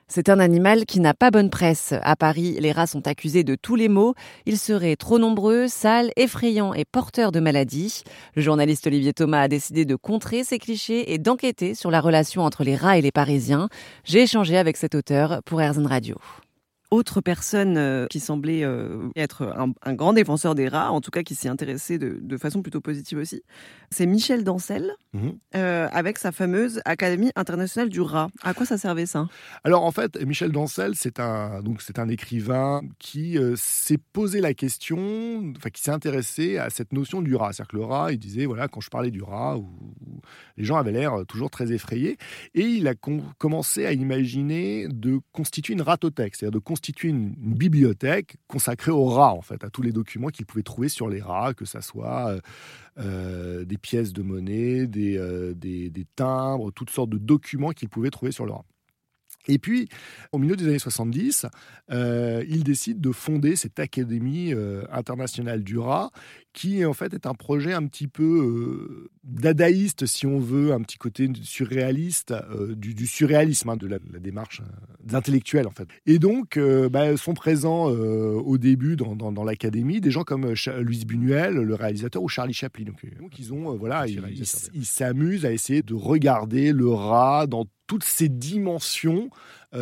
C'est un animal qui n'a pas bonne presse. À Paris, les rats sont accusés de tous les maux. Ils seraient trop nombreux, sales, effrayants et porteurs de maladies. Le journaliste Olivier Thomas a décidé de contrer ces clichés et d'enquêter sur la relation entre les rats et les Parisiens. J'ai échangé avec cet auteur pour RZN Radio. Autre personne qui semblait être un grand défenseur des rats, en tout cas qui s'y intéressait de façon plutôt positive aussi, c'est Michel Dancel, avec sa fameuse Académie internationale du rat. À quoi ça servait ça ? Alors en fait, Michel Dancel, c'est un écrivain qui s'est posé la question, qui s'est intéressé à cette notion du rat. C'est-à-dire que le rat, il disait, voilà, quand je parlais du rat, les gens avaient l'air toujours très effrayés. Et il a commencé à imaginer de constituer une ratothèque, c'est-à-dire de constituer une bibliothèque consacrée aux rats, en fait, à tous les documents qu'il pouvait trouver sur les rats, que ça soit des pièces de monnaie, des timbres, toutes sortes de documents qu'il pouvait trouver sur le rat. Et puis, au milieu des années 70, il décide de fonder cette Académie internationale du rat, qui en fait est un projet un petit peu dadaïste, si on veut, un petit côté surréaliste, du surréalisme, de la démarche des intellectuels en fait. Et donc, sont présents au début dans l'Académie des gens comme Luis Buñuel, le réalisateur, ou Charlie Chaplin. Donc ils ont, ils s'amusent à essayer de regarder le rat dans toutes ces dimensions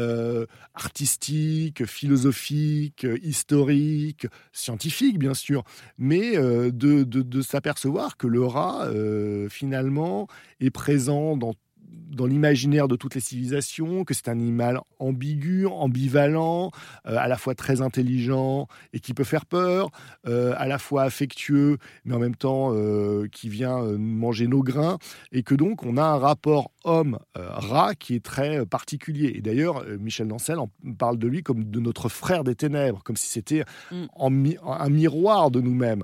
artistiques, philosophiques, historiques, scientifiques bien sûr, mais de s'apercevoir que le rat, finalement, est présent dans l'imaginaire de toutes les civilisations, que c'est un animal ambigu, ambivalent, à la fois très intelligent et qui peut faire peur, à la fois affectueux, mais en même temps qui vient manger nos grains, et que donc on a un rapport homme-rat qui est très particulier. Et d'ailleurs, Michel Dancel parle de lui comme de notre frère des ténèbres, comme si c'était un miroir de nous-mêmes.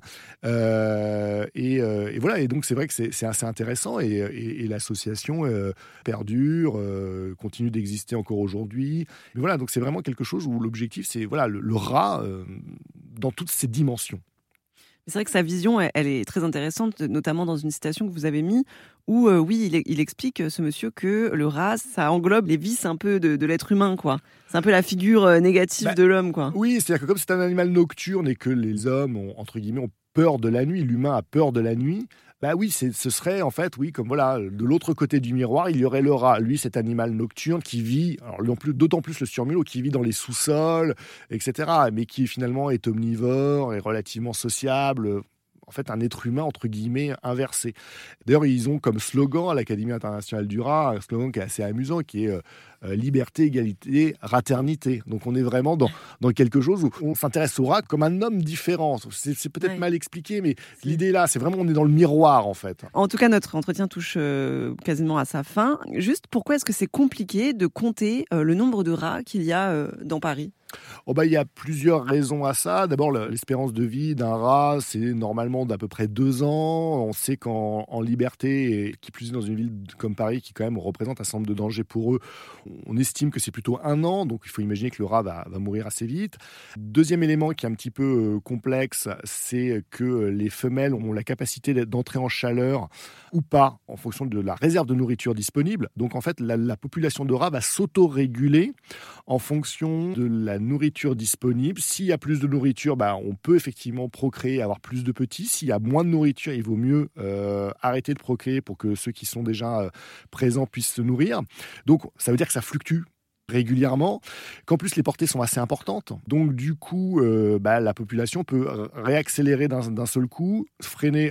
Et voilà, et donc c'est vrai que c'est assez intéressant, et l'association perdure, continue d'exister encore aujourd'hui. Mais voilà, donc c'est vraiment quelque chose où l'objectif, c'est voilà, le rat dans toutes ses dimensions. C'est vrai que sa vision, elle est très intéressante, notamment dans une citation que vous avez mise, où il explique, ce monsieur, que le rat, ça englobe les vices un peu de l'être humain, quoi. C'est un peu la figure négative de l'homme, quoi. Oui, c'est-à-dire que comme c'est un animal nocturne et que les hommes, entre guillemets, ont peur de la nuit, l'humain a peur de la nuit, oui, ce serait en fait, oui, comme voilà, de l'autre côté du miroir, il y aurait le rat. Lui, cet animal nocturne qui vit, alors d'autant plus le surmulot, qui vit dans les sous-sols, etc., mais qui finalement est omnivore, est relativement sociable. En fait, un être humain, entre guillemets, inversé. D'ailleurs, ils ont comme slogan à l'Académie internationale du rat, un slogan qui est assez amusant, qui est liberté, égalité, raternité. Donc, on est vraiment dans quelque chose où on s'intéresse au rat comme un homme différent. C'est peut-être mal expliqué, mais l'idée là, c'est vraiment, on est dans le miroir, en fait. En tout cas, notre entretien touche quasiment à sa fin. Juste, pourquoi est-ce que c'est compliqué de compter le nombre de rats qu'il y a dans Paris ? Il y a plusieurs raisons à ça. D'abord, l'espérance de vie d'un rat, c'est normalement d'à peu près 2 ans. On sait qu'en liberté, et qui plus est dans une ville comme Paris, qui quand même représente un certain nombre de dangers pour eux, on estime que c'est plutôt 1 an. Donc, il faut imaginer que le rat va mourir assez vite. Deuxième élément qui est un petit peu complexe, c'est que les femelles ont la capacité d'entrer en chaleur ou pas, en fonction de la réserve de nourriture disponible. Donc, en fait, la population de rats va s'auto-réguler en fonction de la nourriture disponible. S'il y a plus de nourriture, on peut effectivement procréer, avoir plus de petits. S'il y a moins de nourriture, il vaut mieux arrêter de procréer pour que ceux qui sont déjà présents puissent se nourrir. Donc, ça veut dire que ça fluctue régulièrement, qu'en plus les portées sont assez importantes. Donc du coup, la population peut réaccélérer d'un seul coup, freiner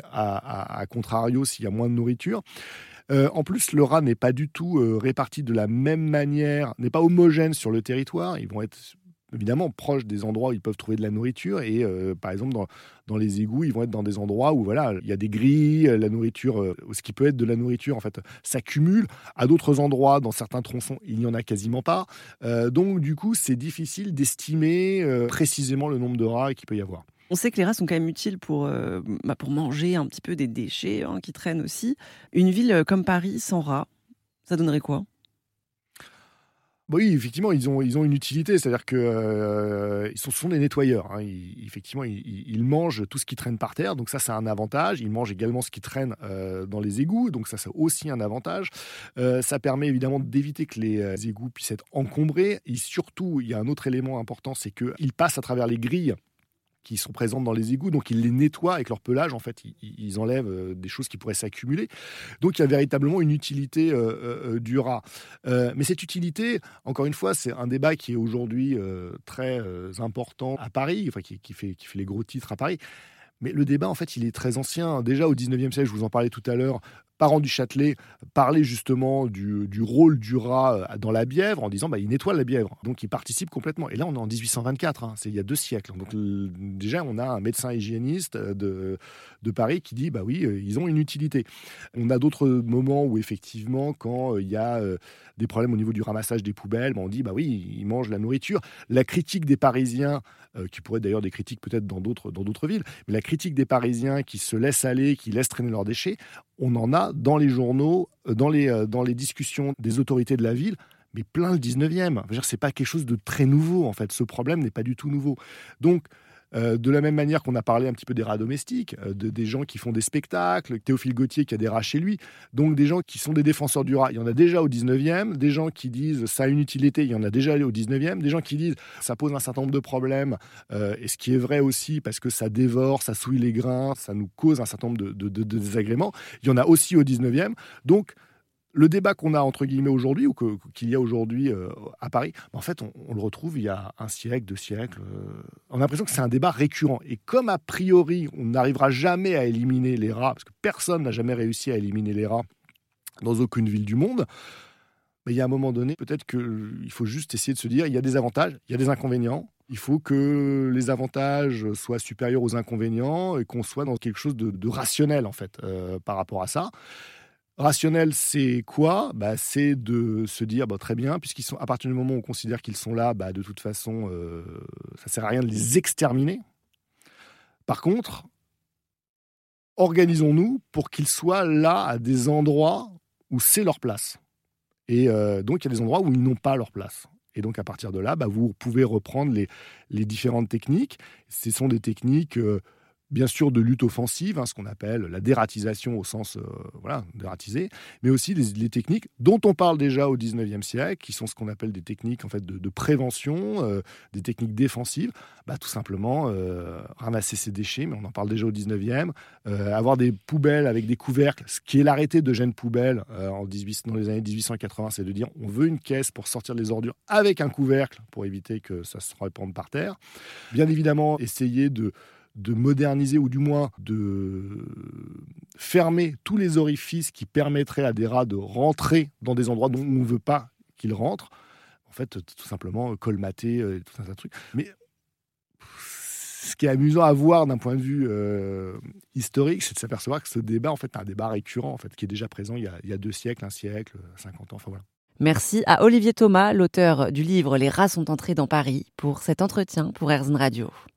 à contrario s'il y a moins de nourriture. En plus, le rat n'est pas du tout réparti de la même manière, n'est pas homogène sur le territoire. Ils vont être évidemment proches des endroits où ils peuvent trouver de la nourriture, et par exemple dans les égouts, ils vont être dans des endroits où voilà, il y a des grilles, la nourriture, ce qui peut être de la nourriture en fait s'accumule. À d'autres endroits, dans certains tronçons, il n'y en a quasiment pas. Donc du coup, c'est difficile d'estimer précisément le nombre de rats qu'il peut y avoir. On sait que les rats sont quand même utiles pour manger un petit peu des déchets qui traînent aussi. Une ville comme Paris sans rats, ça donnerait quoi ? Bah oui, effectivement, ils ont une utilité, c'est-à-dire que, ce sont des nettoyeurs, hein. Effectivement, ils mangent tout ce qui traîne par terre, donc ça, c'est un avantage. Ils mangent également ce qui traîne, dans les égouts, donc ça, c'est aussi un avantage. Ça permet évidemment d'éviter que les, égouts puissent être encombrés et surtout, il y a un autre élément important, c'est qu'ils passent à travers les grilles qui sont présentes dans les égouts, donc ils les nettoient avec leur pelage. En fait, ils enlèvent des choses qui pourraient s'accumuler. Donc il y a véritablement une utilité du rat. Mais cette utilité, encore une fois, c'est un débat qui est aujourd'hui très important à Paris, enfin, qui fait les gros titres à Paris. Mais le débat, en fait, il est très ancien. Déjà au 19e siècle, je vous en parlais tout à l'heure, Parent du Châtelet parlait justement du rôle du rat dans la Bièvre en disant il nettoie la Bièvre. Donc il participe complètement. Et là, on est en 1824, hein, c'est il y a 2 siècles. Donc déjà, on a un médecin hygiéniste de Paris qui dit oui, ils ont une utilité. On a d'autres moments où effectivement, quand il y a des problèmes au niveau du ramassage des poubelles, on dit oui, ils mangent la nourriture. La critique des Parisiens, qui pourrait être d'ailleurs des critiques peut-être dans d'autres villes, mais la critique des Parisiens qui se laissent aller, qui laissent traîner leurs déchets, on en a dans les journaux, dans les discussions des autorités de la ville, mais plein le 19e. C'est pas quelque chose de très nouveau, en fait. Ce problème n'est pas du tout nouveau. Donc, de la même manière qu'on a parlé un petit peu des rats domestiques, des gens qui font des spectacles, Théophile Gautier qui a des rats chez lui, donc des gens qui sont des défenseurs du rat, il y en a déjà au 19e, des gens qui disent ça a une utilité, il y en a déjà au 19e, des gens qui disent ça pose un certain nombre de problèmes, et ce qui est vrai aussi parce que ça dévore, ça souille les grains, ça nous cause un certain nombre de désagréments, il y en a aussi au 19e, donc le débat qu'on a entre guillemets aujourd'hui, ou qu'il y a aujourd'hui à Paris, en fait, on le retrouve il y a 1 siècle, 2 siècles. On a l'impression que c'est un débat récurrent. Et comme a priori, on n'arrivera jamais à éliminer les rats, parce que personne n'a jamais réussi à éliminer les rats dans aucune ville du monde, il y a un moment donné, peut-être qu'il faut juste essayer de se dire, il y a des avantages, il y a des inconvénients. Il faut que les avantages soient supérieurs aux inconvénients et qu'on soit dans quelque chose de rationnel, en fait, par rapport à ça. Rationnel, c'est quoi? C'est de se dire, très bien, puisqu'ils sont, à partir du moment où on considère qu'ils sont là, de toute façon, ça sert à rien de les exterminer. Par contre, organisons-nous pour qu'ils soient là à des endroits où c'est leur place. Et donc, il y a des endroits où ils n'ont pas leur place. Et donc, à partir de là, vous pouvez reprendre les différentes techniques. Ce sont des techniques bien sûr de lutte offensive, ce qu'on appelle la dératisation au sens dératiser, mais aussi les techniques dont on parle déjà au 19e siècle, qui sont ce qu'on appelle des techniques en fait de prévention, des techniques défensives, tout simplement ramasser ses déchets, mais on en parle déjà au 19e, avoir des poubelles avec des couvercles, ce qui est l'arrêté d'Eugène Poubelle dans les années 1880, c'est de dire on veut une caisse pour sortir les ordures avec un couvercle pour éviter que ça se répande par terre. Bien évidemment, essayer de moderniser ou du moins de fermer tous les orifices qui permettraient à des rats de rentrer dans des endroits dont on ne veut pas qu'ils rentrent. En fait, tout simplement colmater tout un tas de trucs. Mais ce qui est amusant à voir d'un point de vue historique, c'est de s'apercevoir que ce débat en fait, est un débat récurrent en fait, qui est déjà présent il y a 2 siècles, 1 siècle, 50 ans, enfin voilà. Merci à Olivier Thomas, l'auteur du livre « Les rats sont entrés dans Paris » pour cet entretien pour RZN Radio.